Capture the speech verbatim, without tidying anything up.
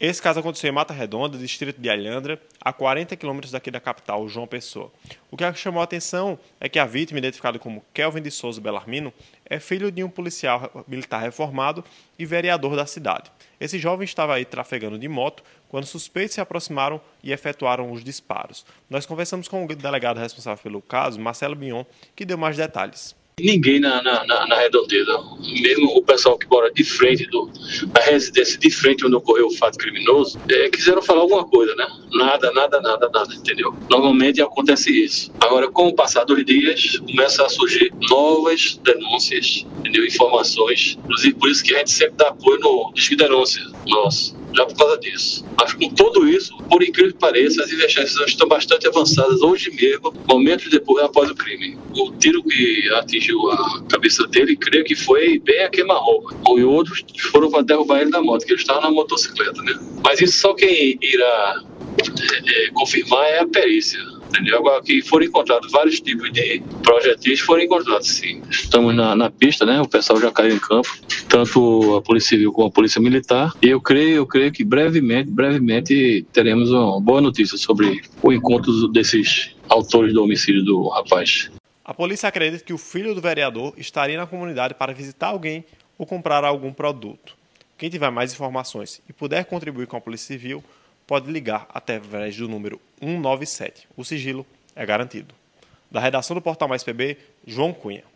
Esse caso aconteceu em Mata Redonda, distrito de Alhandra, a quarenta quilômetros daqui da capital, João Pessoa. O que chamou a atenção é que a vítima, identificada como Kelvin de Souza Belarmino, é filho de um policial militar reformado e vereador da cidade. Esse jovem estava aí trafegando de moto quando suspeitos se aproximaram e efetuaram os disparos. Nós conversamos com o delegado responsável pelo caso, Marcelo Bion, que deu mais detalhes. Ninguém na, na, na, na redondeza, mesmo o pessoal que mora de frente, do, da residência de frente onde ocorreu o fato criminoso, é, quiseram falar alguma coisa, né? Nada, nada, nada, nada, entendeu? Normalmente acontece isso. Agora, com o passar dos dias, começa a surgir novas denúncias, entendeu? Informações, inclusive por isso que a gente sempre dá apoio no Disque Denúncia, nossa. Já por causa disso. Mas com tudo isso, por incrível que pareça, as investigações estão bastante avançadas hoje mesmo, momentos depois, após o crime. O tiro que atingiu a cabeça dele, creio que foi bem a queima-roupa. E outros foram para derrubar ele da moto, que ele estava na motocicleta, né? Mas isso só quem irá é, é, confirmar é a perícia. Entendeu? Agora que foram encontrados vários tipos de projetis, foram encontrados sim. Estamos na, na pista, né? O pessoal já caiu em campo, tanto a Polícia Civil como a Polícia Militar. E eu creio, eu creio que brevemente, brevemente teremos uma boa notícia sobre o encontro desses autores do homicídio do rapaz. A polícia acredita que o filho do vereador estaria na comunidade para visitar alguém ou comprar algum produto. Quem tiver mais informações e puder contribuir com a Polícia Civil, pode ligar através do número um nove sete. O sigilo é garantido. Da redação do Portal Mais P B, João Cunha.